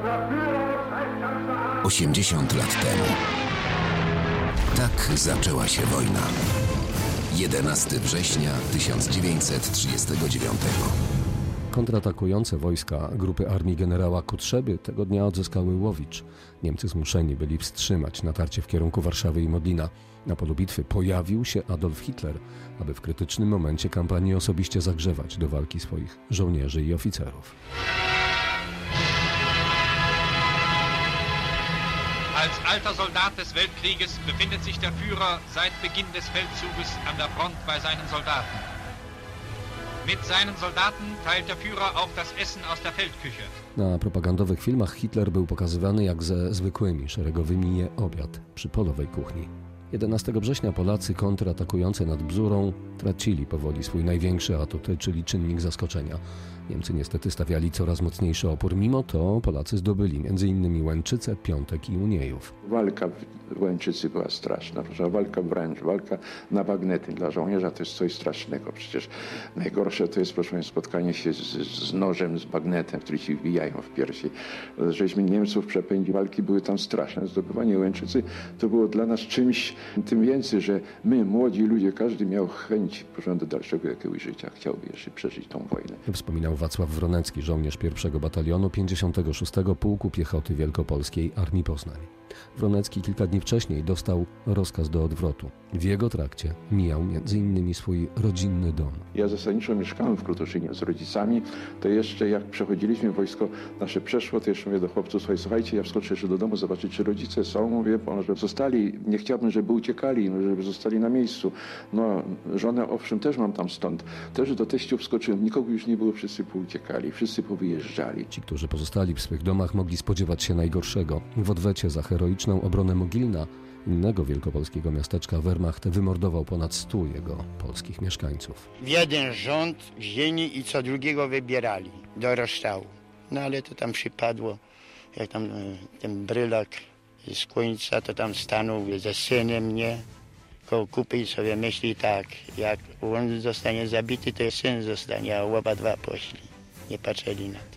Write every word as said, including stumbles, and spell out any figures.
osiemdziesiąt lat temu. Tak zaczęła się wojna. jedenastego września tysiąc dziewięćset trzydziestego dziewiątego. Kontratakujące wojska grupy armii generała Kutrzeby tego dnia odzyskały Łowicz. Niemcy zmuszeni byli wstrzymać natarcie w kierunku Warszawy i Modlina. Na polu bitwy pojawił się Adolf Hitler, aby w krytycznym momencie kampanii osobiście zagrzewać do walki swoich żołnierzy i oficerów. Als alter Soldat des Weltkrieges befindet sich der Führer seit Beginn des Feldzuges an der Front bei seinen Soldaten. Mit seinen Soldaten teilt der Führer auch das Essen aus der Feldküche. Na propagandowych filmach Hitler był pokazywany jak ze zwykłymi, szeregowymi je obiad przy polowej kuchni. jedenastego września Polacy kontratakujący nad Bzurą tracili powoli swój największy atut, czyli czynnik zaskoczenia. Niemcy niestety stawiali coraz mocniejszy opór, mimo to Polacy zdobyli między innymi Łęczycę, Piątek i Uniejów. Walka w Łęczycy była straszna, walka wręcz, walka na bagnety dla żołnierza to jest coś strasznego. Przecież najgorsze to jest, proszę Państwa, spotkanie się z, z nożem, z bagnetem, który ci wbijają w piersi. Żeśmy Niemców przepędzili, walki były tam straszne. Zdobywanie Łęczycy to było dla nas czymś, tym więcej, że my, młodzi ludzie, każdy miał chęć proszę, do dalszego jakiegoś życia, chciałby jeszcze przeżyć tą wojnę. Wspominał Wacław Wronecki, żołnierz pierwszego batalionu pięćdziesiątego szóstego Pułku Piechoty Wielkopolskiej Armii Poznań. Wronecki kilka dni wcześniej dostał rozkaz do odwrotu. W jego trakcie mijał między innymi swój rodzinny dom. Ja zasadniczo mieszkałem w Krotoszynie z rodzicami, to jeszcze jak przechodziliśmy wojsko nasze przeszło, to jeszcze mówię do chłopców, słuchaj, słuchajcie, ja wskoczę jeszcze do domu, zobaczyć, czy rodzice są, mówię, że zostali, nie chciałbym, żeby uciekali, żeby zostali na miejscu. No, żonę owszem też mam tam stąd. Też do teściów wskoczyłem, nikogo już nie było, wszyscy pouciekali, wszyscy powyjeżdżali. Ci, którzy pozostali w swych domach, mogli spodziewać się najgorszego. W odwecie za heroiczną obronę Mogilna, innego wielkopolskiego miasteczka, Wehrmacht wymordował ponad stu jego polskich mieszkańców. W jeden rząd wzięli i co drugiego wybierali do rozstrzału. No ale to tam przypadło, jak tam ten brylak z Kłońca, to tam stanął ze synem, nie? Koło kupy i sobie myśli tak, jak on zostanie zabity, to syn zostanie, a obadwa poszli. Nie patrzyli na to.